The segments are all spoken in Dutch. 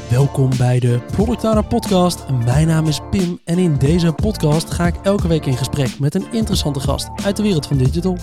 Welkom bij de Product Owner Podcast. Mijn naam is Pim en in deze podcast ga ik elke week in gesprek met een interessante gast uit de wereld van digital.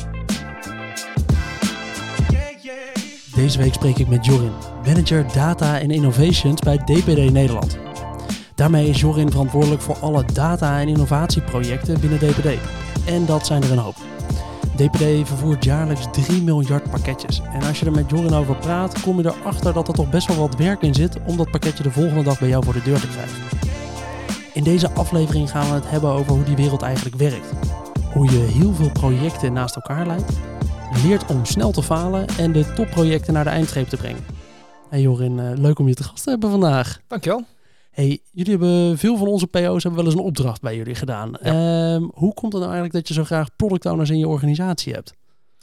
Deze week spreek ik met Jorin, manager Data en Innovations bij DPD Nederland. Daarmee is Jorin verantwoordelijk voor alle data- en innovatieprojecten binnen DPD. En dat zijn er een hoop. DPD vervoert jaarlijks 3 miljard pakketjes. En als je er met Jorin over praat, kom je erachter dat er toch best wel wat werk in zit om dat pakketje de volgende dag bij jou voor de deur te krijgen. In deze aflevering gaan we het hebben over hoe die wereld eigenlijk werkt. Hoe je heel veel projecten naast elkaar leidt, leert om snel te falen en de topprojecten naar de eindstreep te brengen. Hey Jorin, leuk om je te gast te hebben vandaag. Dankjewel. Hey, jullie hebben veel van onze PO's hebben wel eens een opdracht bij jullie gedaan. Ja. Hoe komt het nou eigenlijk dat je zo graag product owners in je organisatie hebt?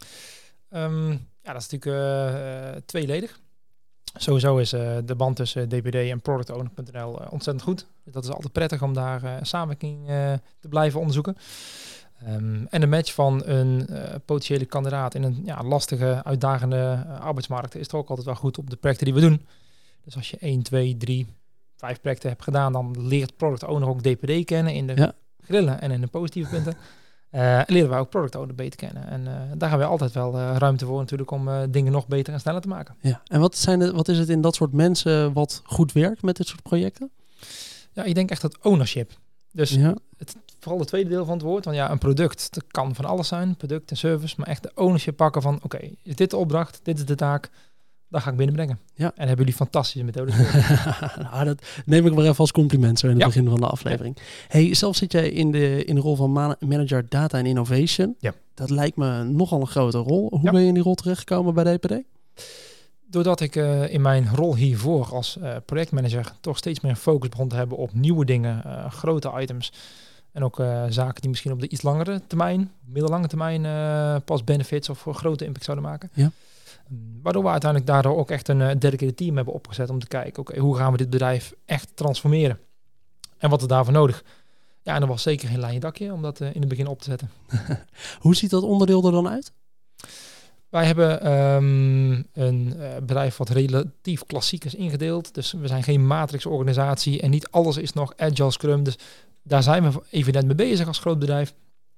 Dat is natuurlijk tweeledig. Sowieso is de band tussen DPD en productowner.nl ontzettend goed. Dat is altijd prettig om daar samenwerking te blijven onderzoeken. En de match van een potentiële kandidaat in een lastige, uitdagende arbeidsmarkt is toch ook altijd wel goed op de projecten die we doen. Dus als je 1, 2, 3... 5 projecten heb gedaan, dan leert product owner ook DPD kennen in de grillen en in de positieve punten. En leren wij ook product owner beter kennen. En daar hebben we altijd wel ruimte voor natuurlijk om dingen nog beter en sneller te maken. Ja. En wat is het in dat soort mensen wat goed werkt met dit soort projecten? Ja, ik denk echt dat ownership. Dus vooral het tweede deel van het woord. Want een product, dat kan van alles zijn, product en service, maar echt de ownership pakken van oké, is dit de opdracht, dit is de taak, dan ga ik binnenbrengen. Ja. En hebben jullie fantastische methodes voor. Dat neem ik maar even als compliment zo in het begin van de aflevering. Ja. Hey, zelf zit jij in de rol van manager Data en Innovation. Ja. Dat lijkt me nogal een grote rol. Hoe ben je in die rol terechtgekomen bij DPD? Doordat ik in mijn rol hiervoor als projectmanager toch steeds meer focus begon te hebben op nieuwe dingen, grote items. En ook zaken die misschien op de iets langere termijn, middellange termijn pas benefits of voor grote impact zouden maken. Ja. Waardoor we uiteindelijk daardoor ook echt een dedicated team hebben opgezet om te kijken, oké, hoe gaan we dit bedrijf echt transformeren? En wat is daarvoor nodig? Ja, en dat was zeker geen lijn dakje om dat in het begin op te zetten. Hoe ziet dat onderdeel er dan uit? Wij hebben een bedrijf wat relatief klassiek is ingedeeld. Dus we zijn geen matrix-organisatie en niet alles is nog Agile Scrum. Dus daar zijn we evident mee bezig als groot bedrijf.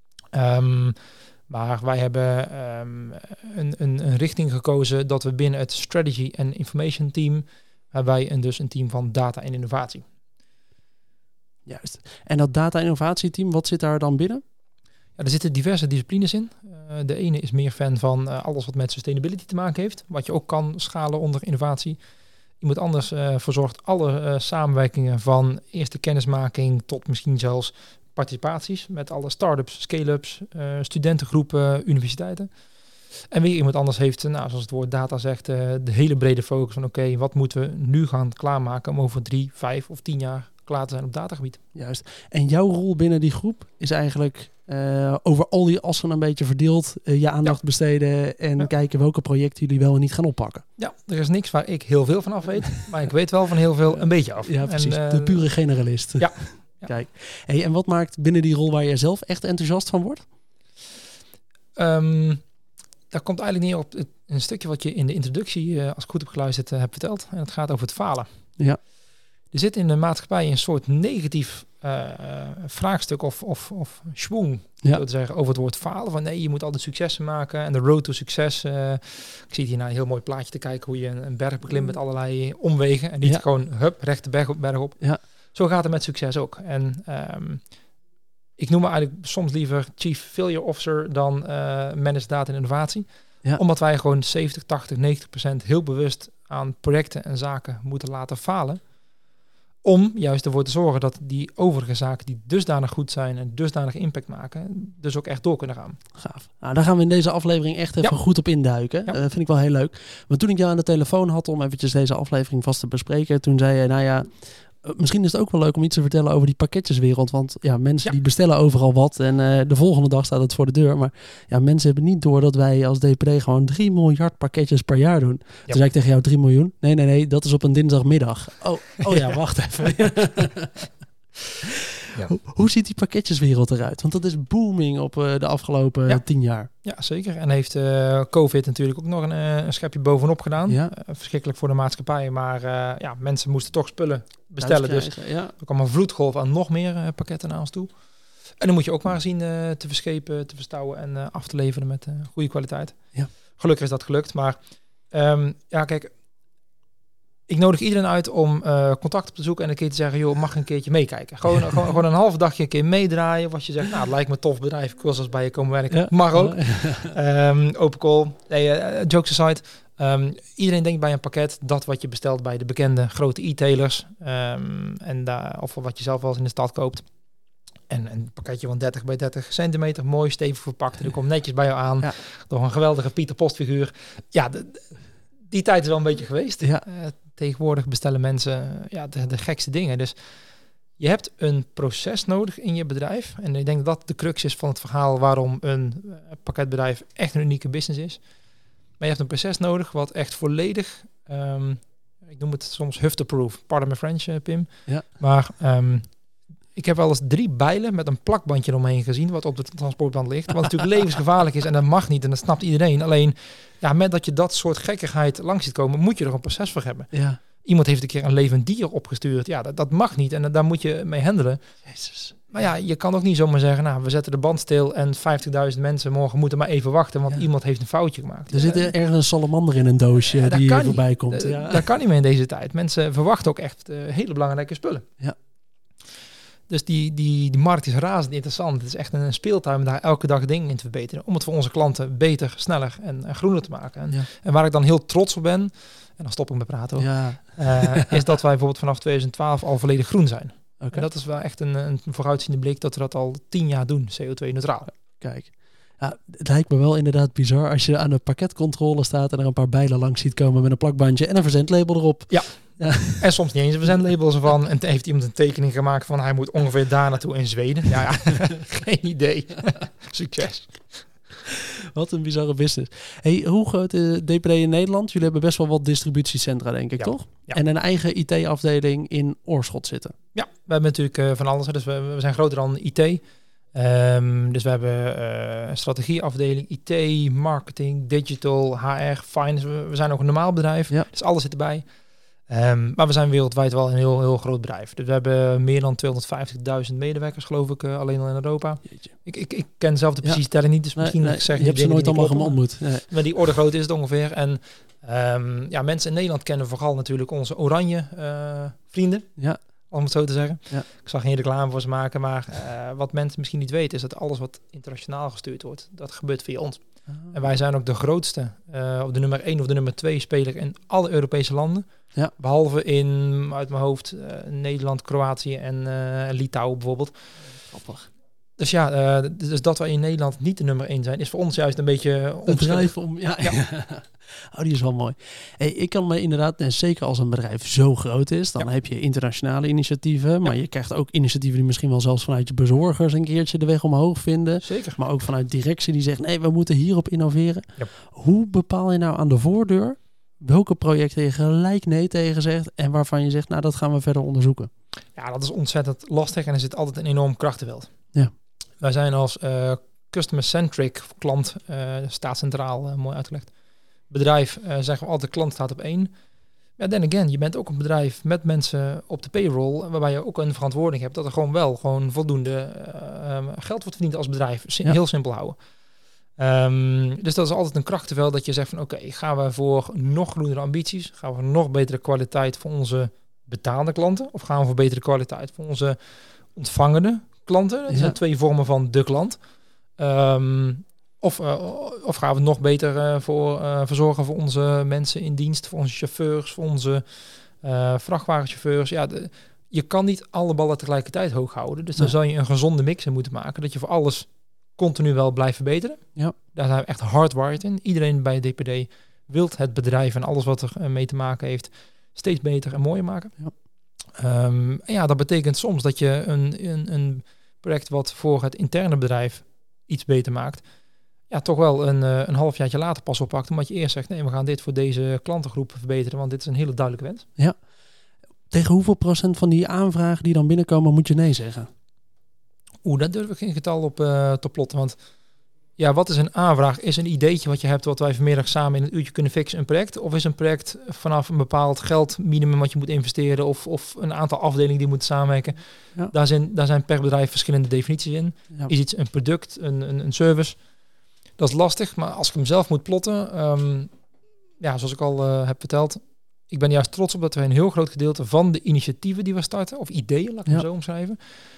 Maar wij hebben een richting gekozen dat we binnen het Strategy en Information team hebben wij dus een team van data en innovatie. Juist. En dat data en innovatie team, wat zit daar dan binnen? Ja, er zitten diverse disciplines in. De ene is meer fan van alles wat met sustainability te maken heeft. Wat je ook kan schalen onder innovatie. Iemand anders verzorgt alle samenwerkingen van eerste kennismaking tot misschien zelfs participaties met alle start-ups, scale-ups, studentengroepen, universiteiten. En weer iemand anders heeft, zoals het woord data zegt, de hele brede focus van oké, wat moeten we nu gaan klaarmaken om over 3, 5 of 10 jaar klaar te zijn op datagebied. Juist. En jouw rol binnen die groep is eigenlijk over al die assen een beetje verdeeld, je aandacht besteden en kijken welke projecten jullie wel en niet gaan oppakken. Ja, er is niks waar ik heel veel van af weet, maar ik weet wel van heel veel een beetje af. Ja, precies. De pure generalist. Ja. Kijk, hey, en wat maakt binnen die rol waar je zelf echt enthousiast van wordt? Daar komt eigenlijk neer op een stukje wat je in de introductie, als ik goed heb geluisterd, hebt verteld. En het gaat over het falen. Ja. Er zit in de maatschappij een soort negatief vraagstuk of schwung, zo te zeggen, over het woord falen. Van nee, je moet altijd successen maken en de road to succes. Ik zie hier naar een heel mooi plaatje te kijken hoe je een berg beklimt met allerlei omwegen. En niet gewoon recht de berg op. Ja. Zo gaat het met succes ook. En ik noem me eigenlijk soms liever Chief Failure Officer dan Manager Data en Innovatie. Ja. Omdat wij gewoon 70, 80, 90% heel bewust aan projecten en zaken moeten laten falen. Om juist ervoor te zorgen dat die overige zaken die dusdanig goed zijn en dusdanig impact maken, dus ook echt door kunnen gaan. Gaaf. Nou, daar gaan we in deze aflevering echt even goed op induiken. Dat vind ik wel heel leuk. Maar toen ik jou aan de telefoon had om eventjes deze aflevering vast te bespreken, toen zei je, misschien is het ook wel leuk om iets te vertellen over die pakketjeswereld. Want mensen die bestellen overal wat en de volgende dag staat het voor de deur. Maar mensen hebben niet door dat wij als DPD gewoon 3 miljard pakketjes per jaar doen. Ja. Toen zei ik tegen jou 3 miljoen. Nee, dat is op een dinsdagmiddag. Oh ja, wacht even. Ja. Hoe ziet die pakketjeswereld eruit? Want dat is booming op de afgelopen 10 jaar. Ja, zeker. En heeft COVID natuurlijk ook nog een schepje bovenop gedaan. Ja. Verschrikkelijk voor de maatschappij. Maar mensen moesten toch spullen bestellen. Dus er kwam een vloedgolf aan nog meer pakketten naar ons toe. En dan moet je ook maar zien te verschepen, te verstouwen en af te leveren met goede kwaliteit. Ja. Gelukkig is dat gelukt. Maar kijk, ik nodig iedereen uit om contact op te zoeken en een keer te zeggen, joh, mag ik een keertje meekijken? Gewoon een half dagje een keer meedraaien. Wat je zegt, nou, het lijkt me een tof bedrijf. Ik wil zelfs bij je komen werken. Ja. Mag ook. Open call. Jokes aside. Iedereen denkt bij een pakket dat wat je bestelt bij de bekende grote e-tailers. Of wat je zelf wel eens in de stad koopt. En een pakketje van 30 bij 30 centimeter, mooi stevig verpakt. En er komt netjes bij jou aan door een geweldige Pieter Postfiguur. Ja, die tijd is wel een beetje geweest. Ja. Tegenwoordig bestellen mensen de gekste dingen. Dus je hebt een proces nodig in je bedrijf. En ik denk dat de crux is van het verhaal waarom een pakketbedrijf echt een unieke business is. Maar je hebt een proces nodig wat echt volledig, ik noem het soms hufteproof. Pardon my French, Pim. Ja. Maar ik heb wel eens 3 bijlen met een plakbandje eromheen gezien wat op de transportband ligt. Wat natuurlijk levensgevaarlijk is en dat mag niet en dat snapt iedereen. Alleen, met dat je dat soort gekkigheid langs ziet komen, moet je er een proces voor hebben. Ja. Iemand heeft een keer een levend dier opgestuurd. Ja, dat mag niet en daar moet je mee handelen. Jezus. Maar je kan ook niet zomaar zeggen, nou, we zetten de band stil en 50.000 mensen morgen moeten maar even wachten, want iemand heeft een foutje gemaakt. Er zit ergens een salamander in een doosje die hier voorbij komt. Dat kan niet meer in deze tijd. Mensen verwachten ook echt hele belangrijke spullen. Ja. Dus die markt is razend interessant. Het is echt een speeltuin om daar elke dag dingen in te verbeteren. Om het voor onze klanten beter, sneller en groener te maken. En waar ik dan heel trots op ben, en dan stop ik met praten hoor, is dat wij bijvoorbeeld vanaf 2012 al volledig groen zijn. Okay. En dat is wel echt een vooruitziende blik dat we dat al 10 jaar doen, CO2-neutraal. Kijk. Ja, het lijkt me wel inderdaad bizar als je aan de pakketcontrole staat en er een paar bijlen langs ziet komen met een plakbandje en een verzendlabel erop. Ja. En soms niet eens een verzendlabel ervan. En heeft iemand een tekening gemaakt van hij moet ongeveer daar naartoe in Zweden. Ja. Geen idee. Succes. Wat een bizarre business. Hey, hoe groot is DPD in Nederland? Jullie hebben best wel wat distributiecentra, denk ik, toch? Ja. En een eigen IT-afdeling in Oorschot zitten. Ja, we hebben natuurlijk van alles. Dus we zijn groter dan IT. Dus we hebben een strategieafdeling, IT, marketing, digital, HR, finance. We zijn ook een normaal bedrijf. Ja. Dus alles zit erbij. Maar we zijn wereldwijd wel een heel, heel groot bedrijf. Dus we hebben meer dan 250.000 medewerkers, geloof ik, alleen al in Europa. Ik ken zelf de precieze telling niet, dus misschien zeg je hebt ze nooit allemaal ontmoet. Nee. Maar die orde groot is het ongeveer. En mensen in Nederland kennen vooral natuurlijk onze oranje vrienden. Ja. Om het zo te zeggen. Ja. Ik zag geen reclame voor ze maken, maar wat mensen misschien niet weten is dat alles wat internationaal gestuurd wordt, dat gebeurt via ons. En wij zijn ook de grootste, of de nummer 1 of de nummer 2 speler in alle Europese landen. Ja. Behalve in, uit mijn hoofd, Nederland, Kroatië en Litouwen bijvoorbeeld. Grappig. Dus dus dat wij in Nederland niet de nummer 1 zijn, is voor ons juist een beetje bedrijf om. Ja. Oh, die is wel mooi. Hey, ik kan me inderdaad, en zeker als een bedrijf zo groot is, dan heb je internationale initiatieven, maar je krijgt ook initiatieven die misschien wel zelfs vanuit je bezorgers een keertje de weg omhoog vinden. Zeker. Maar ook vanuit directie die zegt, nee, we moeten hierop innoveren. Ja. Hoe bepaal je nou aan de voordeur welke projecten je gelijk nee tegen zegt en waarvan je zegt, nou, dat gaan we verder onderzoeken? Ja, dat is ontzettend lastig en er zit altijd een enorm krachtenveld. Ja. Wij zijn als customer-centric klant, staat centraal, mooi uitgelegd. Bedrijf zeggen we altijd, klant staat op 1. Ja, then again, je bent ook een bedrijf met mensen op de payroll, waarbij je ook een verantwoording hebt dat er gewoon voldoende geld wordt verdiend als bedrijf. Heel simpel houden. Dus dat is altijd een krachtenveld dat je zegt van oké, gaan we voor nog groenere ambities? Gaan we voor nog betere kwaliteit voor onze betaalde klanten? Of gaan we voor betere kwaliteit voor onze ontvangende klanten? Dat zijn 2 vormen van de klant. Of gaan we nog beter verzorgen voor onze mensen in dienst, voor onze chauffeurs, voor onze vrachtwagenchauffeurs. Ja, je kan niet alle ballen tegelijkertijd hoog houden. Dus dan zou je een gezonde mix in moeten maken, dat je voor alles continu wel blijft verbeteren. Ja. Daar zijn we echt hardwired in. Iedereen bij DPD wil het bedrijf en alles wat er mee te maken heeft steeds beter en mooier maken. Ja. Dat betekent soms dat je een project wat voor het interne bedrijf iets beter maakt, toch wel een halfjaartje later pas oppakt, omdat je eerst zegt, nee, we gaan dit voor deze klantengroep verbeteren, want dit is een hele duidelijke wens. Ja. Tegen hoeveel procent van die aanvragen die dan binnenkomen moet je nee zeggen? Daar durf ik geen getal op te plotten. Want ja, wat is een aanvraag? Is een ideetje wat je hebt wat wij vanmiddag samen in een uurtje kunnen fixen een project? Of is een project vanaf een bepaald geldminimum wat je moet investeren of een aantal afdelingen die moeten samenwerken? Ja. Daar zijn per bedrijf verschillende definities in. Ja. Is iets een product, een service? Dat is lastig, maar als ik hem zelf moet plotten, zoals ik al heb verteld, ik ben juist trots op dat we een heel groot gedeelte van de initiatieven die we starten, of ideeën, laat ik hem zo omschrijven,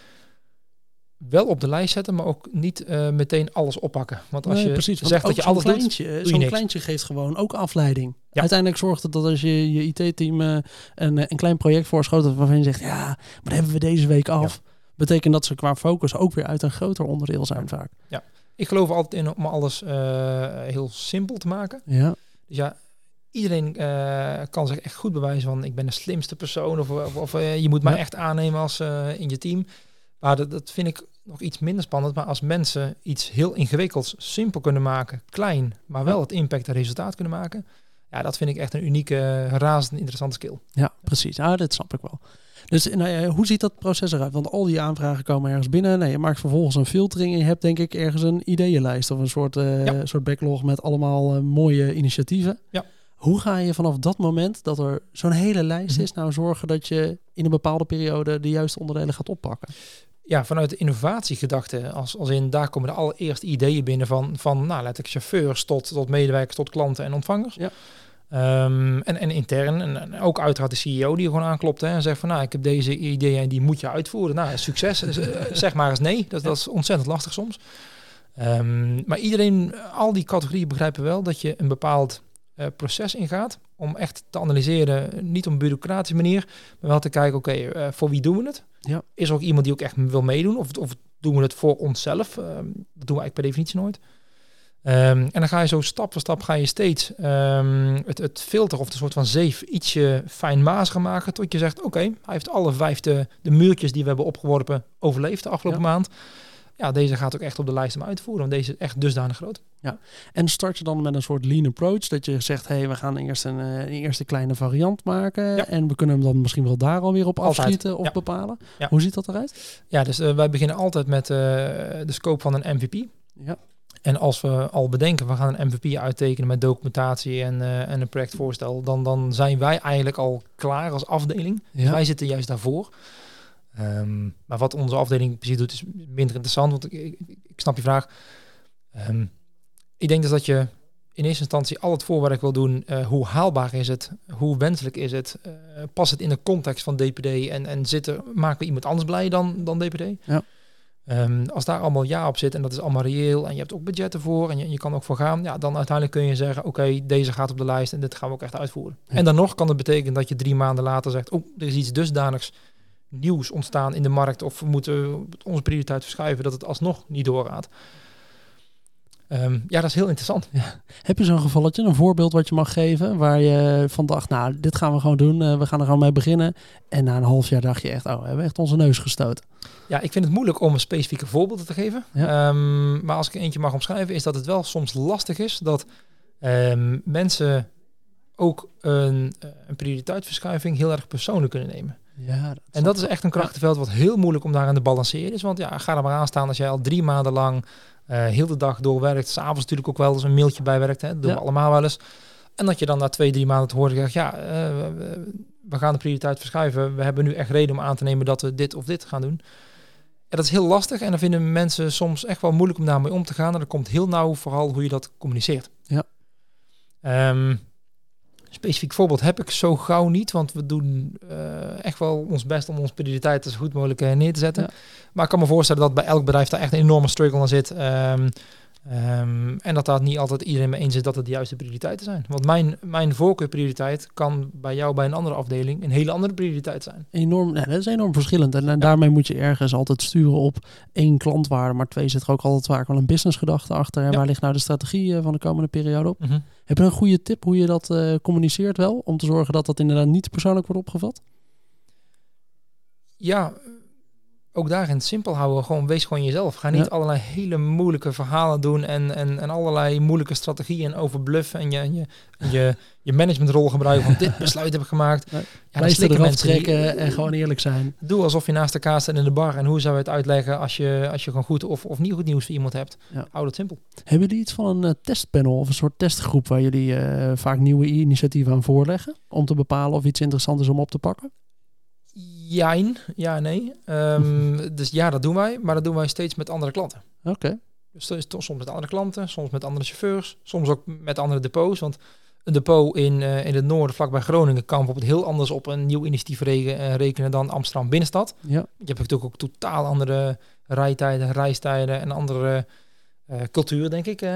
wel op de lijst zetten, maar ook niet meteen alles oppakken. Want als je zegt dat je alles doet, zo'n kleintje geeft gewoon ook afleiding. Ja. Uiteindelijk zorgt het dat als je IT-team een klein project voorschotelt waarvan je zegt, ja, maar hebben we deze week af. Ja. Betekent dat ze qua focus ook weer uit een groter onderdeel zijn vaak. Ja, ik geloof altijd in om alles heel simpel te maken. Ja. Dus ja, iedereen kan zich echt goed bewijzen van ik ben de slimste persoon of je moet mij echt aannemen als in je team. Maar dat vind ik nog iets minder spannend. Maar als mensen iets heel ingewikkelds simpel kunnen maken, klein, maar wel het impact en resultaat kunnen maken. Ja, dat vind ik echt een unieke, razend interessante skill. Ja, precies. Dat snap ik wel. Dus hoe ziet dat proces eruit? Want al die aanvragen komen ergens binnen. Je maakt vervolgens een filtering en je hebt denk ik ergens een ideeënlijst of een soort backlog met allemaal mooie initiatieven. Ja. Hoe ga je vanaf dat moment dat er zo'n hele lijst is nou zorgen dat je in een bepaalde periode de juiste onderdelen gaat oppakken? Ja, vanuit de innovatiegedachte, als in daar komen de allereerste ideeën binnen van letterlijk chauffeurs tot medewerkers, tot klanten en ontvangers. Ja. En intern, en ook uiteraard de CEO die gewoon aanklopt en zegt van ik heb deze ideeën en die moet je uitvoeren. Succes. Zeg maar eens nee. Dat is ontzettend lastig soms. Maar iedereen, al die categorieën begrijpen wel dat je een bepaald proces ingaat om echt te analyseren, niet op een bureaucratische manier, maar wel te kijken, voor wie doen we het? Ja. Is er ook iemand die ook echt wil meedoen? Of doen we het voor onszelf? Dat doen we eigenlijk per definitie nooit. En dan ga je zo stap voor stap steeds het filter of de soort van zeef ietsje fijnmaziger maken tot je zegt, hij heeft alle 5 de muurtjes die we hebben opgeworpen overleefd de afgelopen maand. Ja, deze gaat ook echt op de lijst hem uitvoeren, want deze is echt dusdanig groot. Ja, en start je dan met een soort lean approach, dat je zegt, we gaan eerst een eerste kleine variant maken en we kunnen hem dan misschien wel daar alweer op afschieten of bepalen. Ja. Hoe ziet dat eruit? Ja, dus wij beginnen altijd met de scope van een MVP. Ja. En als we al bedenken, we gaan een MVP uittekenen met documentatie en een projectvoorstel, dan zijn wij eigenlijk al klaar als afdeling. Ja. Dus wij zitten juist daarvoor. Maar wat onze afdeling precies doet is minder interessant, want ik snap je vraag. Ik denk dus dat je in eerste instantie al het voorwerk wil doen. Hoe haalbaar is het? Hoe wenselijk is het? Past het in de context van DPD? En maken we iemand anders blij dan DPD? Ja. Als daar allemaal ja op zit en dat is allemaal reëel en je hebt ook budgetten voor en je kan ook voor gaan, dan uiteindelijk kun je zeggen, deze gaat op de lijst en dit gaan we ook echt uitvoeren. Ja. En dan nog kan het betekenen dat je 3 maanden later zegt, er is iets dusdanigs nieuws ontstaan in de markt of we moeten onze prioriteit verschuiven dat het alsnog niet doorgaat. Dat is heel interessant. Ja. Heb je zo'n gevalletje, een voorbeeld wat je mag geven waar je van dacht, dit gaan we gewoon doen, we gaan er gewoon mee beginnen en na een half jaar dacht je echt, we hebben echt onze neus gestoten. Ja, ik vind het moeilijk om een specifieke voorbeeld te geven. Ja. Maar als ik eentje mag omschrijven, is dat het wel soms lastig is dat mensen ook een prioriteitsverschuiving heel erg persoonlijk kunnen nemen. Ja, dat is echt een krachtenveld wat heel moeilijk om daaraan te balanceren is. Want ga er maar aan staan als jij al 3 maanden lang heel de dag doorwerkt. 's Avonds natuurlijk ook wel eens een mailtje bijwerkt. Dat doen we allemaal wel eens. En dat je dan na 2-3 maanden te horen krijgt, we gaan de prioriteit verschuiven. We hebben nu echt reden om aan te nemen dat we dit of dit gaan doen. En dat is heel lastig en dan vinden mensen soms echt wel moeilijk om daarmee om te gaan. En dat komt heel nauw vooral hoe je dat communiceert. Ja. Specifiek voorbeeld heb ik zo gauw niet, want we doen echt wel ons best om onze prioriteiten zo goed mogelijk neer te zetten. Ja. Maar ik kan me voorstellen dat bij elk bedrijf daar echt een enorme struggle aan zit. En dat daar niet altijd iedereen mee eens is dat het de juiste prioriteiten zijn. Want mijn voorkeurprioriteit kan bij jou bij een andere afdeling een hele andere prioriteit zijn. Dat is enorm verschillend. En daarmee moet je ergens altijd sturen op 1 klantwaarde, maar 2 zit er ook altijd vaak wel een businessgedachte achter. En waar ligt nou de strategie van de komende periode op? Mm-hmm. Heb je een goede tip hoe je dat communiceert wel? Om te zorgen dat dat inderdaad niet persoonlijk wordt opgevat? Ja, ook daarin simpel houden. Gewoon, wees gewoon jezelf. Ga niet allerlei hele moeilijke verhalen doen en allerlei moeilijke strategieën over bluffen en je managementrol gebruiken van dit besluit heb ik gemaakt. Nee. Ja, dan slikken mensen trekken en gewoon eerlijk zijn. Doe alsof je naast elkaar staat in de bar. En hoe zou je het uitleggen als je gewoon goed of niet goed nieuws voor iemand hebt? Ja. Hou dat simpel. Hebben jullie iets van een testpanel of een soort testgroep waar jullie vaak nieuwe initiatieven aan voorleggen? Om te bepalen of iets interessant is om op te pakken? Ja, nee. Dus ja, dat doen wij. Maar dat doen wij steeds met andere klanten. Oké. Dus soms met andere klanten, soms met andere chauffeurs, soms ook met andere depots. Want een depot in het noorden, vlakbij Groningen, kan bijvoorbeeld heel anders op een nieuw initiatief rekenen dan Amsterdam binnenstad. Ja. Je hebt natuurlijk ook totaal andere rijtijden, reistijden en andere cultuur, denk ik.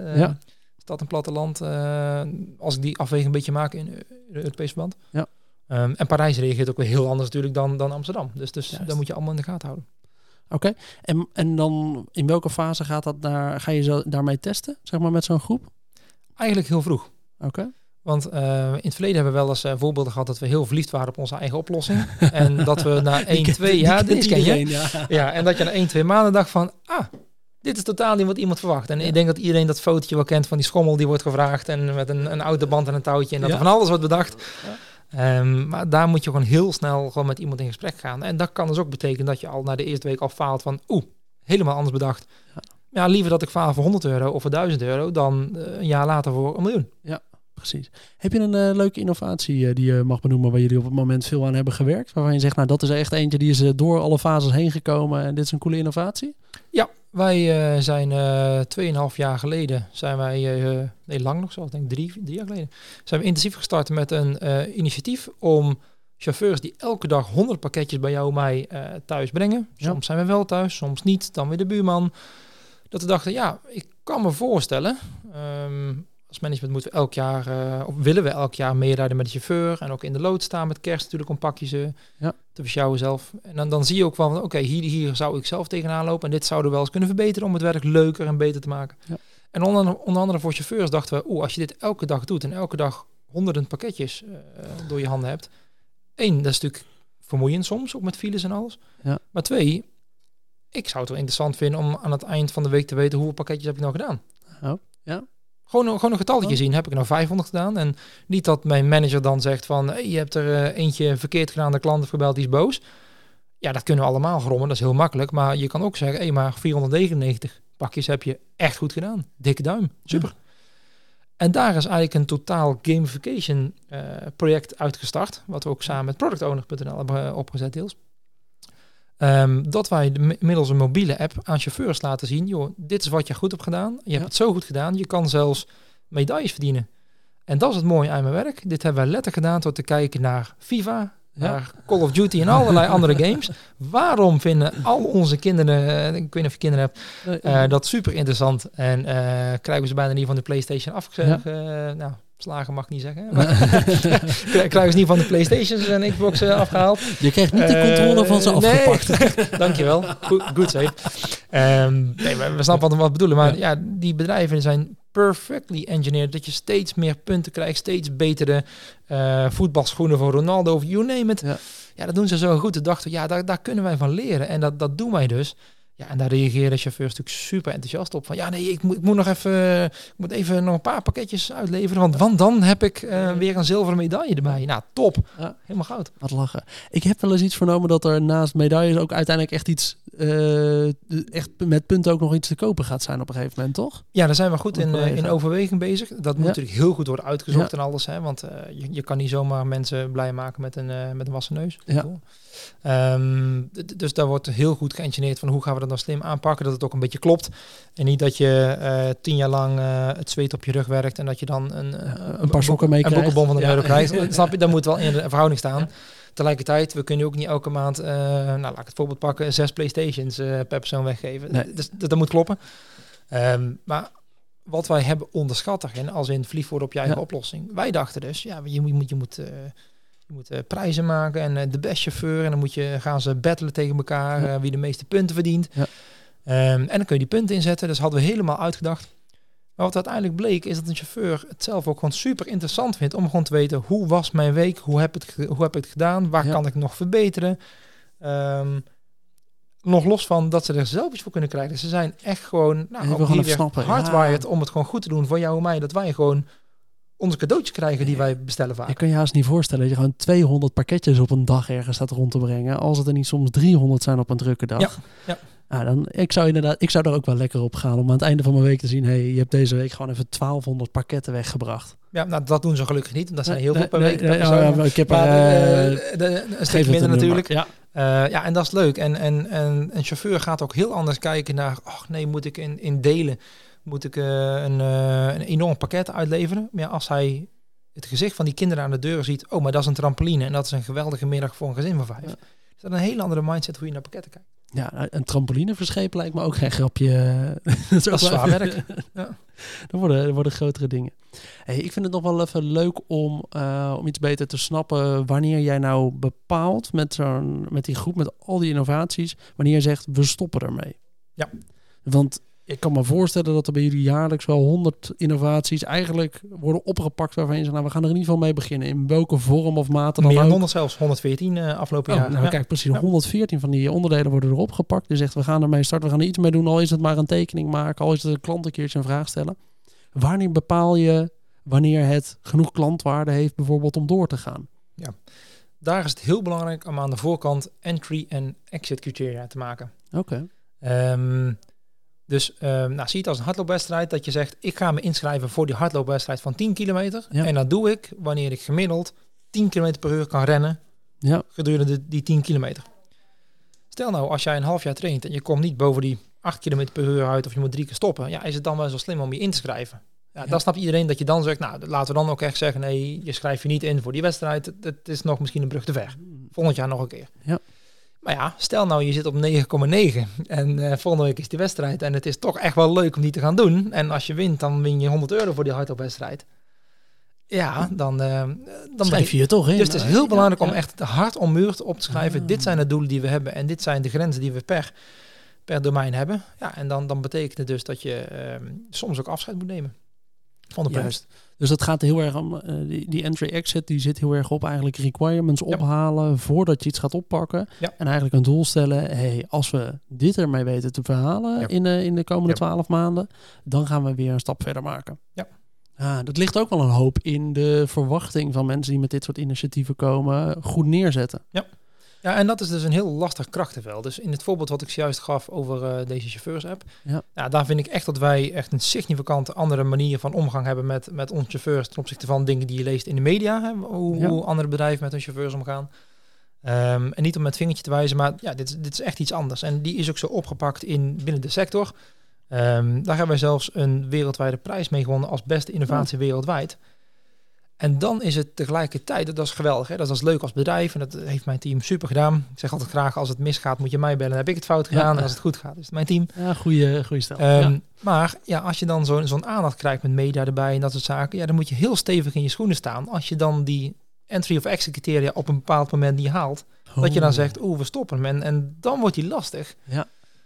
Stad en platteland, als ik die afweging een beetje maak in Europees verband. Ja. En Parijs reageert ook weer heel anders natuurlijk dan Amsterdam. Dus dat moet je allemaal in de gaten houden. Oké. En dan in welke fase ga je daarmee testen, zeg maar, met zo'n groep? Eigenlijk heel vroeg. Oké. Want in het verleden hebben we wel eens voorbeelden gehad dat we heel verliefd waren op onze eigen oplossing. En dat we na 1-2 jaar, dit ken je. Ja, en dat je na 1-2 maanden dacht van, dit is totaal niet wat iemand verwacht. En ik denk dat iedereen dat fotootje wel kent van die schommel die wordt gevraagd en met een autoband en een touwtje en dat er van alles wordt bedacht. Ja. Maar daar moet je gewoon heel snel gewoon met iemand in gesprek gaan. En dat kan dus ook betekenen dat je al na de eerste week al faalt van, helemaal anders bedacht. Ja, liever dat ik faal voor €100 of voor €1000 dan een jaar later voor $1 miljoen. Ja, precies. Heb je een leuke innovatie die je mag benoemen waar jullie op het moment veel aan hebben gewerkt? Waarvan je zegt, nou dat is echt eentje die is door alle fases heen gekomen en dit is een coole innovatie? Ja, wij zijn 2,5 jaar geleden, zijn wij, lang nog zo, ik denk 3 jaar geleden, zijn we intensief gestart met een initiatief om chauffeurs die elke dag 100 pakketjes bij jou en mij thuis brengen. Soms zijn we wel thuis, soms niet, dan weer de buurman. Dat we dachten, ik kan me voorstellen, als management moeten we elk jaar, of willen we elk jaar meerijden met de chauffeur en ook in de lood staan met kerst natuurlijk om pakjes te versjouwen zelf. En dan zie je ook wel van, hier zou ik zelf tegenaan lopen en dit zouden we wel eens kunnen verbeteren om het werk leuker en beter te maken. Ja. En onder andere voor chauffeurs dachten we, als je dit elke dag doet en elke dag honderden pakketjes door je handen hebt. 1, dat is natuurlijk vermoeiend soms, ook met files en alles. Ja. Maar 2, ik zou het wel interessant vinden om aan het eind van de week te weten hoeveel pakketjes heb ik nou gedaan. Oh, ja. Gewoon een getalletje zien. Heb ik er nou 500 gedaan? En niet dat mijn manager dan zegt van, je hebt er eentje verkeerd gedaan, de klant heeft gebeld, die is boos. Ja, dat kunnen we allemaal grommen, dat is heel makkelijk. Maar je kan ook zeggen, maar 499 pakjes heb je echt goed gedaan. Dikke duim, super. Ja. En daar is eigenlijk een totaal gamification project uitgestart. Wat we ook samen met productowner.nl hebben opgezet deels. Dat wij middels een mobiele app aan chauffeurs laten zien, joh, dit is wat je goed hebt gedaan. Je hebt het zo goed gedaan. Je kan zelfs medailles verdienen. En dat is het mooie aan mijn werk. Dit hebben wij letterlijk gedaan door te kijken naar FIFA, naar Call of Duty en allerlei andere games. Waarom vinden al onze kinderen, ik weet niet of je kinderen hebt, dat super interessant. En krijgen ze bijna niet van de PlayStation afgezegd. Slagen mag ik niet zeggen. Krijgen ze niet van de PlayStations en Xbox afgehaald. Je krijgt niet de controle van ze afgepakt. Nee. Dankjewel. Goed safe. We snappen wat we bedoelen. Maar die bedrijven zijn perfectly engineered. Dat je steeds meer punten krijgt. Steeds betere voetbalschoenen voor Ronaldo. Of you name it. Ja, dat doen ze zo goed. Ik dacht, daar kunnen wij van leren. En dat doen wij dus. Ja, en daar reageren chauffeurs natuurlijk super enthousiast op. Van ik moet even nog een paar pakketjes uitleveren. Want dan heb ik weer een zilveren medaille erbij. Nou, top. Ja. Helemaal goud. Wat lachen. Ik heb wel eens iets vernomen dat er naast medailles ook uiteindelijk echt iets, echt met punten ook nog iets te kopen gaat zijn op een gegeven moment, toch? Ja, daar zijn we goed in overweging bezig. Dat moet natuurlijk heel goed worden uitgezocht en alles. Hè, want je kan niet zomaar mensen blij maken met een wassen neus. Ja. Dus daar wordt heel goed geïngineerd van hoe gaan we dat nou slim aanpakken, dat het ook een beetje klopt. En niet dat je 10 jaar lang het zweet op je rug werkt en dat je dan een paar sokken mee krijgt. Een boekenbon van €1 krijgt. Snap je? Dat moet wel in de verhouding staan. Tegelijkertijd, we kunnen ook niet elke maand, laat ik het voorbeeld pakken, 6 PlayStations per persoon weggeven. Nee. Dus dat moet kloppen. Maar wat wij hebben onderschat daarin, als in verliefd worden op je eigen oplossing. Wij dachten dus, je moet prijzen maken en de beste chauffeur. En dan gaan ze battelen tegen elkaar wie de meeste punten verdient. Ja. En dan kun je die punten inzetten. Dus hadden we helemaal uitgedacht. Maar wat uiteindelijk bleek is dat een chauffeur het zelf ook gewoon super interessant vindt om gewoon te weten hoe was mijn week, hoe heb ik het gedaan, waar kan ik nog verbeteren. nog los van dat ze er zelf iets voor kunnen krijgen. Ze zijn echt gewoon hardwired om het gewoon goed te doen voor jou en mij. Dat wij gewoon onze cadeautjes krijgen die wij bestellen vaak. Je kan je haast niet voorstellen dat je gewoon 200 pakketjes op een dag ergens staat rond te brengen. Als het er niet soms 300 zijn op een drukke dag. Ja. Ik zou er ook wel lekker op gaan om aan het einde van mijn week te zien, je hebt deze week gewoon even 1200 pakketten weggebracht. Ja, nou dat doen ze gelukkig niet. Dat zijn heel veel per week. Ik heb een stukje minder natuurlijk. Ja. En dat is leuk. En een chauffeur gaat ook heel anders kijken naar, moet ik in delen, moet ik een enorm pakket uitleveren. Maar als hij het gezicht van die kinderen aan de deur ziet, maar dat is een trampoline en dat is een geweldige middag voor een gezin van 5. Ja. Is dat een hele andere mindset hoe je naar pakketten kijkt. Ja, een trampoline verschepen lijkt me ook geen grapje. Dat is zwaar werk. Ja. Er worden grotere dingen. Ik vind het nog wel even leuk om iets beter te snappen wanneer jij nou bepaalt met die groep, met al die innovaties, wanneer je zegt, we stoppen ermee. Ja. Want ik kan me voorstellen dat er bij jullie jaarlijks wel 100 innovaties eigenlijk worden opgepakt waarvan je zegt, we gaan er in ieder geval mee beginnen. In welke vorm of mate dan ook. Meer dan 100 zelfs, 114 afgelopen jaar. Kijk, precies, 114 van die onderdelen worden erop gepakt. Je zegt, we gaan ermee starten, we gaan er iets mee doen, al is het maar een tekening maken, al is het een klant een keertje een vraag stellen. Wanneer bepaal je wanneer het genoeg klantwaarde heeft bijvoorbeeld om door te gaan? Ja, daar is het heel belangrijk om aan de voorkant entry- en exit criteria te maken. Oké. Dus zie het als een hardloopwedstrijd dat je zegt, ik ga me inschrijven voor die hardloopwedstrijd van 10 kilometer. Ja. En dat doe ik wanneer ik gemiddeld 10 km per uur kan rennen gedurende die 10 kilometer. Stel nou, als jij een half jaar traint en je komt niet boven die 8 km per uur uit of je moet 3 keer stoppen. Ja, is het dan wel zo slim om je in te schrijven? Ja, dan snapt iedereen dat je dan zegt, laten we dan ook echt zeggen, nee, je schrijft je niet in voor die wedstrijd. Het is nog misschien een brug te ver. Volgend jaar nog een keer. Ja. Maar ja, stel nou je zit op 9,9 en volgende week is die wedstrijd en het is toch echt wel leuk om die te gaan doen. En als je wint, dan win je €100 voor die hardloopwedstrijd. Ja, dan schrijf je toch in. Dus het is heel belangrijk om echt hard ommuurd op te schrijven. Dit zijn de doelen die we hebben en dit zijn de grenzen die we per domein hebben. Ja, en dan betekent het dus dat je soms ook afscheid moet nemen van de prijs. Dus dat gaat heel erg om die entry-exit, die zit heel erg op eigenlijk requirements ophalen voordat je iets gaat oppakken. Ja. En eigenlijk een doel stellen, als we dit ermee weten te verhalen in de komende 12 maanden, dan gaan we weer een stap verder maken. Ja. Dat ligt ook wel een hoop in de verwachting van mensen die met dit soort initiatieven komen, goed neerzetten. Ja, en dat is dus een heel lastig krachtenveld. Dus in het voorbeeld wat ik zojuist gaf over deze chauffeurs-app, daar vind ik echt dat wij echt een significant andere manier van omgang hebben met onze chauffeurs ten opzichte van dingen die je leest in de media. Hè, hoe andere bedrijven met hun chauffeurs omgaan. En niet om met vingertje te wijzen, maar dit is echt iets anders. En die is ook zo opgepakt binnen de sector. Daar hebben wij zelfs een wereldwijde prijs mee gewonnen als beste innovatie wereldwijd. En dan is het tegelijkertijd, dat is geweldig, hè? Dat is leuk als bedrijf en dat heeft mijn team super gedaan. Ik zeg altijd graag, als het misgaat moet je mij bellen, dan heb ik het fout gedaan. En als het goed gaat, is het mijn team. Ja, goede stel. Maar als je dan zo'n aandacht krijgt met media erbij en dat soort zaken, dan moet je heel stevig in je schoenen staan. Als je dan die entry of exit criteria op een bepaald moment niet haalt, dat je dan zegt, we stoppen hem. En dan wordt die lastig. Ja.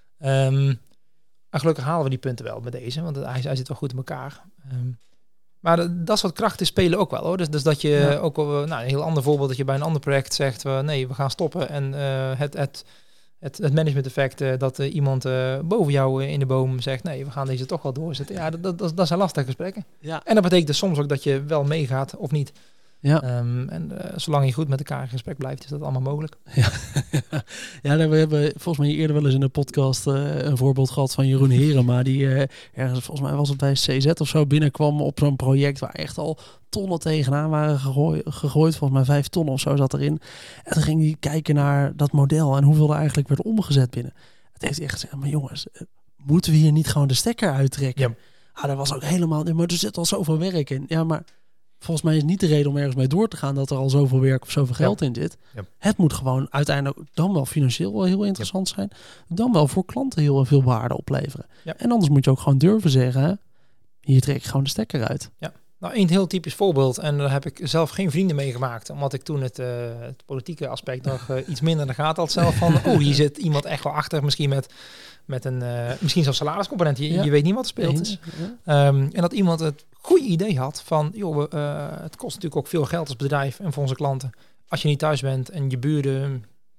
En gelukkig halen we die punten wel met deze, want hij zit wel goed in elkaar. Maar dat soort krachten spelen ook wel, hoor. Dus dat je ook een heel ander voorbeeld, dat je bij een ander project zegt, nee, we gaan stoppen. En het management effect, dat iemand boven jou in de boom zegt, nee, we gaan deze toch wel doorzetten. Ja, dat zijn lastige gesprekken. Ja. En dat betekent dus soms ook dat je wel meegaat of niet. Ja. Zolang je goed met elkaar in gesprek blijft, is dat allemaal mogelijk. Ja, we hebben volgens mij eerder wel eens in een podcast een voorbeeld gehad van Jeroen Herema, die ergens, volgens mij was het bij CZ of zo, binnenkwam op zo'n project waar echt al tonnen tegenaan waren gegooid. Volgens mij 5 ton of zo zat erin. En dan ging hij kijken naar dat model en hoeveel er eigenlijk werd omgezet binnen. Het heeft echt gezegd, maar jongens, moeten we hier niet gewoon de stekker uittrekken? Ja. Dat was ook helemaal, maar er zit al zoveel werk in. Ja, maar volgens mij is niet de reden om ergens mee door te gaan dat er al zoveel werk of zoveel geld in zit. Ja. Het moet gewoon uiteindelijk dan wel financieel wel heel interessant zijn. Dan wel voor klanten heel veel waarde opleveren. Ja. En anders moet je ook gewoon durven zeggen, hier trek ik gewoon de stekker uit. Ja. Nou, een heel typisch voorbeeld. En daar heb ik zelf geen vrienden mee gemaakt. Omdat ik toen het politieke aspect nog iets minder in de gaten had zelf. Van, hier zit iemand echt wel achter. Misschien met een misschien zelfs salariscomponent. Je weet niet wat er speelt. Ja. En dat iemand het goede idee had van, het kost natuurlijk ook veel geld als bedrijf en voor onze klanten. Als je niet thuis bent en je buren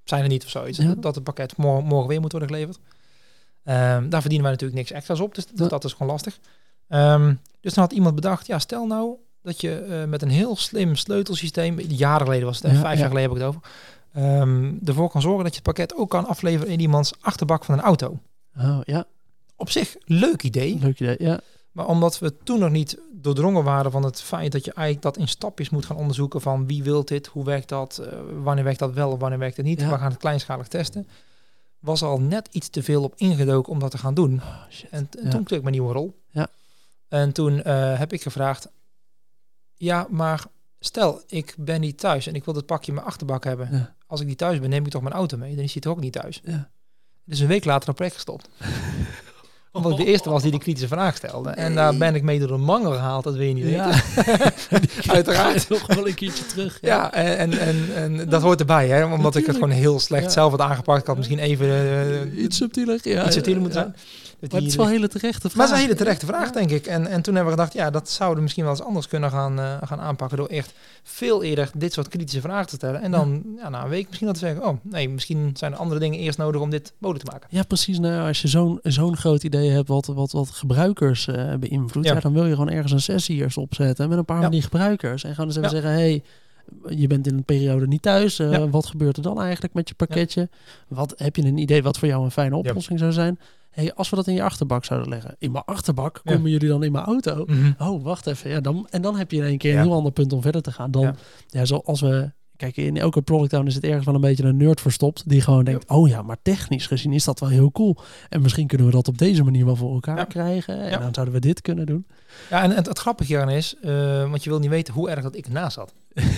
zijn er niet of zoiets. Dat het pakket morgen weer moet worden geleverd. Daar verdienen wij natuurlijk niks extra's op, dus dat is gewoon lastig. Dus dan had iemand bedacht, ja, stel nou dat je met een heel slim sleutelsysteem, jaren geleden was het, 5 jaar geleden heb ik het over, ervoor kan zorgen dat je het pakket ook kan afleveren in iemands achterbak van een auto. Oh, ja. Op zich, leuk idee, ja. Maar omdat we toen nog niet doordrongen waren van het feit dat je eigenlijk dat in stapjes moet gaan onderzoeken van wie wil dit, hoe werkt dat, wanneer werkt dat wel of wanneer werkt het niet. Ja. We gaan het kleinschalig testen. Was al net iets te veel op ingedoken om dat te gaan doen. Oh, en toen kreeg ik mijn nieuwe rol. Ja. En toen heb ik gevraagd, ja, maar stel, ik ben niet thuis en ik wil dat pakje in mijn achterbak hebben. Ja. Als ik niet thuis ben, neem ik toch mijn auto mee. Dan is hij toch ook niet thuis. Ja. Dus een week later op project gestopt. Omdat ik de eerste was die de kritische vraag stelde. En daar ben ik mee door de mangel gehaald, dat wil je niet weten. Uiteraard. Nog wel een keertje terug. Ja, en dat hoort erbij, hè? Omdat ik het gewoon heel slecht zelf had aangepakt. Ik had misschien even iets subtieler, iets subtieler moeten zijn. Maar het is wel een hele terechte vraag. Maar het is een hele terechte vraag, denk ik. En toen hebben we gedacht, ja, dat zouden we misschien wel eens anders kunnen gaan aanpakken. Door echt veel eerder dit soort kritische vragen te stellen. En dan na een week misschien dat te zeggen, oh nee, misschien zijn er andere dingen eerst nodig om dit mogelijk te maken. Ja, precies. Nou, als je zo'n groot idee hebt wat gebruikers beïnvloedt, dan wil je gewoon ergens een sessie eerst opzetten met een paar van die gebruikers. En gewoon eens even zeggen, hey, je bent in een periode niet thuis. Wat gebeurt er dan eigenlijk met je pakketje? Wat heb je een idee wat voor jou een fijne oplossing zou zijn? Hey, als we dat in je achterbak zouden leggen. In mijn achterbak komen jullie dan in mijn auto? Mm-hmm. Oh, wacht even. Ja, dan heb je in één keer een heel ander punt om verder te gaan. Dan, zoals we... Kijk, in elke product owner is het ergens wel een beetje een nerd verstopt. Die gewoon denkt, oh ja, maar technisch gezien is dat wel heel cool. En misschien kunnen we dat op deze manier wel voor elkaar krijgen. En dan zouden we dit kunnen doen. Ja, en het grappige hieraan is, want je wil niet weten hoe erg dat ik ernaast zat.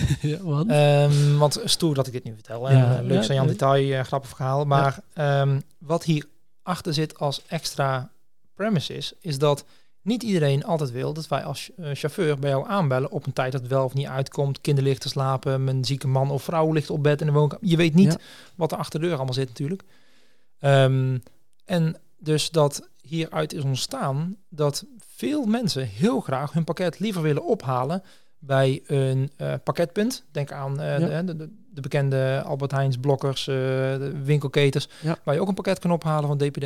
Want stoer dat ik dit nu vertel. Leuk zijn Jan detail, grappig verhaal. Maar wat hier achter zit als extra premise is dat niet iedereen altijd wil dat wij als chauffeur bij jou aanbellen op een tijd dat het wel of niet uitkomt. Kinderen liggen te slapen, mijn zieke man of vrouw ligt op bed in de woonkamer. Je weet niet wat er achter de deur allemaal zit natuurlijk. En dus dat hieruit is ontstaan dat veel mensen heel graag hun pakket liever willen ophalen bij een pakketpunt. Denk aan de bekende Albert Heijns, Blokkers, de winkelketens, waar je ook een pakket kan ophalen van DPD.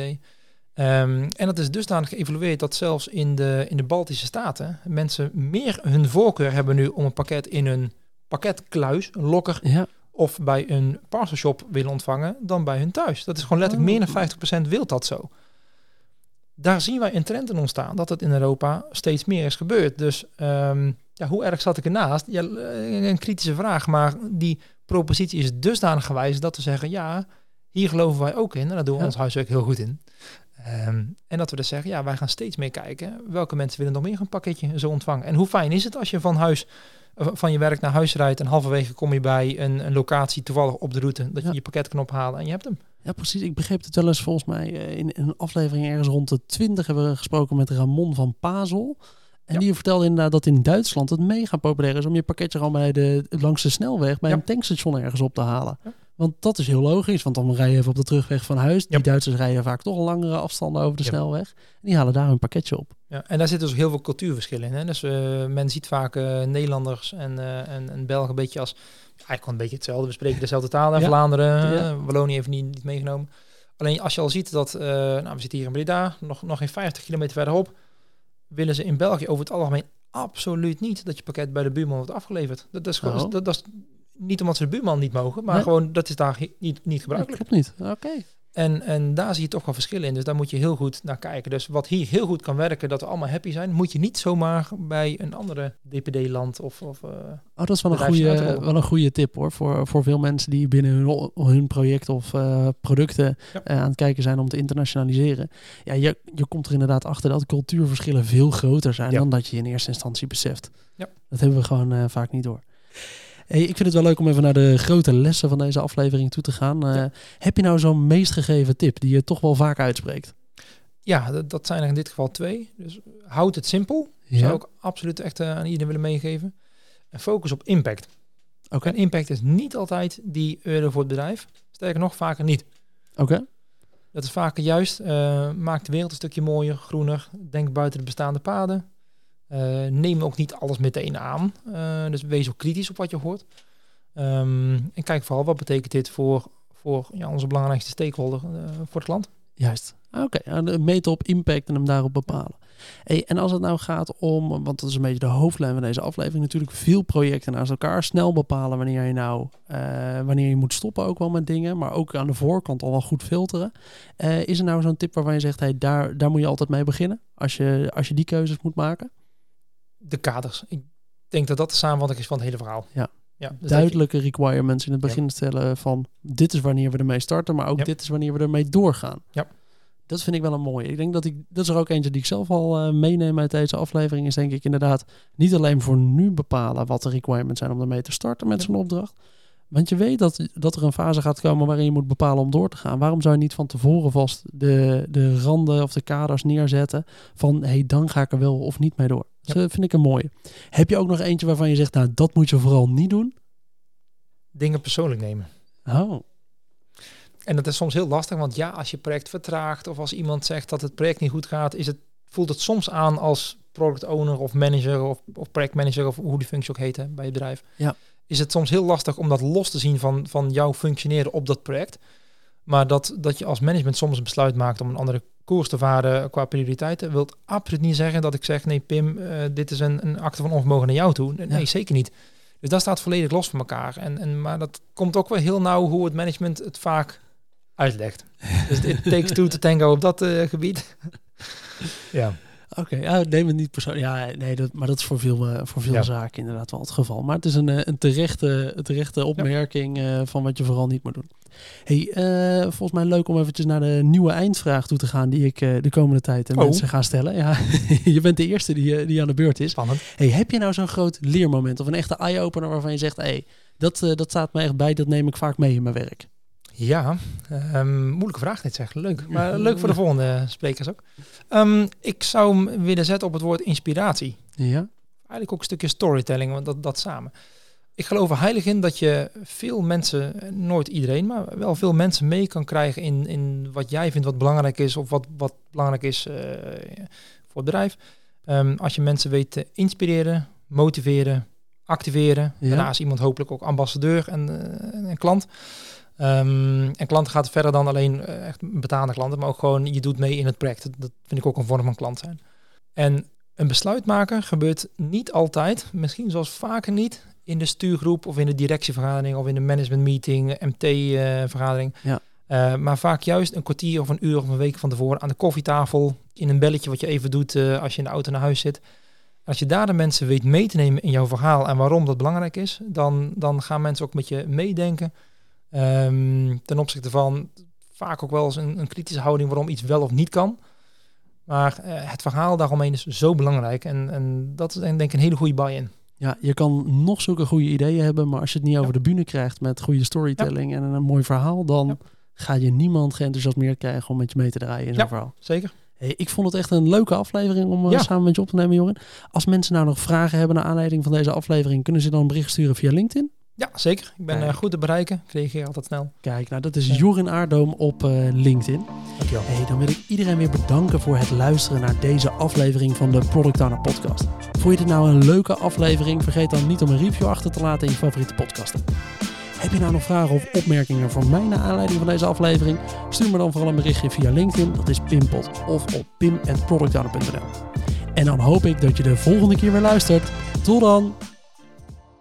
En dat is dusdanig geëvalueerd dat zelfs in de Baltische Staten mensen meer hun voorkeur hebben nu om een pakket in een pakketkluis, een lokker, of bij een parcelshop willen ontvangen dan bij hun thuis. Dat is gewoon letterlijk meer dan 50% wil dat zo. Daar zien wij een trend in ontstaan, dat het in Europa steeds meer is gebeurd. Dus hoe erg zat ik ernaast? Ja, een kritische vraag, maar die propositie is dusdanig gewijs dat we zeggen, ja, hier geloven wij ook in. En daar doen we ons huiswerk heel goed in. En dat we dus zeggen, wij gaan steeds meer kijken welke mensen willen nog meer een pakketje zo ontvangen. En hoe fijn is het als je van je werk naar huis rijdt en halverwege kom je bij een locatie toevallig op de route, dat je je pakket kan ophalen en je hebt hem. Ja, precies. Ik begreep het wel eens volgens mij in een aflevering ergens rond de 20 hebben we gesproken met Ramon van Pazel. En die vertelde inderdaad dat in Duitsland het mega populair is om je pakketje gewoon langs de snelweg bij een tankstation ergens op te halen. Ja. Want dat is heel logisch, want dan rij je even op de terugweg van huis. Die Duitsers rijden vaak toch een langere afstanden over de snelweg. En die halen daar hun pakketje op. Ja, en daar zit dus heel veel cultuurverschillen in. Hè? Dus men ziet vaak Nederlanders en Belgen een beetje als... Eigenlijk een beetje hetzelfde. We spreken dezelfde taal in Vlaanderen. Wallonië even niet meegenomen. Alleen als je al ziet dat... we zitten hier in Breda, nog geen 50 kilometer verderop... willen ze in België over het algemeen absoluut niet... dat je pakket bij de buurman wordt afgeleverd. Dat is gewoon... Dat is niet omdat ze de buurman niet mogen, maar gewoon dat is daar niet gebruikelijk. Dat klopt niet. Oké. En daar zie je toch wel verschillen in. Dus daar moet je heel goed naar kijken. Dus wat hier heel goed kan werken, dat we allemaal happy zijn, moet je niet zomaar bij een andere DPD-land of dat is wel een goede tip hoor. Voor veel mensen die binnen hun project of producten aan het kijken zijn om te internationaliseren. Ja, je komt er inderdaad achter dat cultuurverschillen veel groter zijn dan dat je in eerste instantie beseft. Ja. Dat hebben we gewoon vaak niet door. Hey, ik vind het wel leuk om even naar de grote lessen van deze aflevering toe te gaan. Heb je nou zo'n meest gegeven tip die je toch wel vaak uitspreekt? Ja, dat zijn er in dit geval 2. Dus houd het simpel. Ja. Zou ik absoluut echt aan iedereen willen meegeven. En focus op impact. Okay. En impact is niet altijd die euro voor het bedrijf. Sterker nog, vaker niet. Oké. Dat is vaker juist. Maak de wereld een stukje mooier, groener. Denk buiten de bestaande paden. Neem ook niet alles meteen aan. Dus wees ook kritisch op wat je hoort. En kijk vooral wat betekent dit voor voor onze belangrijkste stakeholder, voor de klant. Juist. Oké, meten op impact en hem daarop bepalen. Hey, en als het nou gaat om, want dat is een beetje de hoofdlijn van deze aflevering, natuurlijk veel projecten naast elkaar. Snel bepalen wanneer je moet stoppen ook wel met dingen, maar ook aan de voorkant al wel goed filteren. Is er nou zo'n tip waarvan je zegt, hey, daar moet je altijd mee beginnen als je die keuzes moet maken? De kaders. Ik denk dat de samenvatting is van het hele verhaal. Ja. Dus duidelijke requirements in het begin stellen van dit is wanneer we ermee starten, maar ook dit is wanneer we ermee doorgaan. Ja. Dat vind ik wel een mooie. Ik denk dat is er ook eentje die ik zelf al meeneem uit deze aflevering. Is denk ik inderdaad niet alleen voor nu bepalen wat de requirements zijn om ermee te starten met zo'n opdracht. Want je weet dat er een fase gaat komen waarin je moet bepalen om door te gaan. Waarom zou je niet van tevoren vast de randen of de kaders neerzetten van dan ga ik er wel of niet mee door. Ja. Dus vind ik een mooie. Heb je ook nog eentje waarvan je zegt, nou dat moet je vooral niet doen? Dingen persoonlijk nemen. Oh. En dat is soms heel lastig, want als je project vertraagt of als iemand zegt dat het project niet goed gaat, voelt het soms aan als product owner of manager of projectmanager of hoe die functie ook heet bij je bedrijf. Ja. Is het soms heel lastig om dat los te zien van jouw functioneren op dat project. Maar dat je als management soms een besluit maakt om een andere koers te varen qua prioriteiten, wil absoluut niet zeggen dat ik zeg, nee Pim, dit is een akte van onvermogen naar jou toe. Nee, zeker niet. Dus dat staat volledig los van elkaar. Maar dat komt ook wel heel nauw hoe het management het vaak uitlegt. Dus it takes two to tango op dat gebied. Ja. Oké, neem het niet persoonlijk. Ja, nee, maar dat is voor veel zaken inderdaad wel het geval. Maar het is een terechte opmerking van wat je vooral niet moet doen. Hey, volgens mij leuk om eventjes naar de nieuwe eindvraag toe te gaan die ik de komende tijd mensen ga stellen. Ja, je bent de eerste die aan de beurt is. Spannend. Hey, heb je nou zo'n groot leermoment of een echte eye-opener waarvan je zegt, dat staat me echt bij, dat neem ik vaak mee in mijn werk? Ja, moeilijke vraag dit zeg. Leuk, maar leuk voor de volgende sprekers ook. Ik zou hem willen zetten op het woord inspiratie. Ja. Eigenlijk ook een stukje storytelling, want dat samen. Ik geloof er heilig in dat je veel mensen, nooit iedereen, maar wel veel mensen mee kan krijgen in wat jij vindt wat belangrijk is of wat belangrijk is voor het bedrijf. Als je mensen weet te inspireren, motiveren, activeren. Ja. Daarna is iemand hopelijk ook ambassadeur en klant. En klanten gaat verder dan alleen echt betaalde klanten, maar ook gewoon je doet mee in het project. Dat vind ik ook een vorm van klant zijn. En een besluit maken gebeurt niet altijd, misschien zelfs vaker niet, in de stuurgroep of in de directievergadering of in de managementmeeting, MT-vergadering. Ja. Maar vaak juist een kwartier of een uur of een week van tevoren aan de koffietafel, in een belletje wat je even doet als je in de auto naar huis zit. Als je daar de mensen weet mee te nemen in jouw verhaal en waarom dat belangrijk is, dan gaan mensen ook met je meedenken. Ten opzichte van vaak ook wel eens een kritische houding waarom iets wel of niet kan. Maar het verhaal daaromheen is zo belangrijk. En dat is denk ik een hele goede buy-in. Ja, je kan nog zulke goede ideeën hebben, maar als je het niet over de bühne krijgt met goede storytelling en een mooi verhaal, dan ga je niemand geenthousiasmeerd krijgen om met je mee te draaien in zo'n verhaal. Zeker. Hey, ik vond het echt een leuke aflevering om samen met je op te nemen, Jorin. Als mensen nou nog vragen hebben naar aanleiding van deze aflevering, kunnen ze dan een bericht sturen via LinkedIn? Ja, zeker. Ik ben goed te bereiken. Ik reageer altijd snel. Kijk, nou dat is Jorin Aardoom op LinkedIn. Dankjewel. Hey, dan wil ik iedereen weer bedanken voor het luisteren naar deze aflevering van de Product Owner Podcast. Vond je dit nou een leuke aflevering? Vergeet dan niet om een review achter te laten in je favoriete podcasten. Heb je nou nog vragen of opmerkingen voor mij naar aanleiding van deze aflevering? Stuur me dan vooral een berichtje via LinkedIn. Dat is Pimpot of op pim@productowner.nl. En dan hoop ik dat je de volgende keer weer luistert. Tot dan!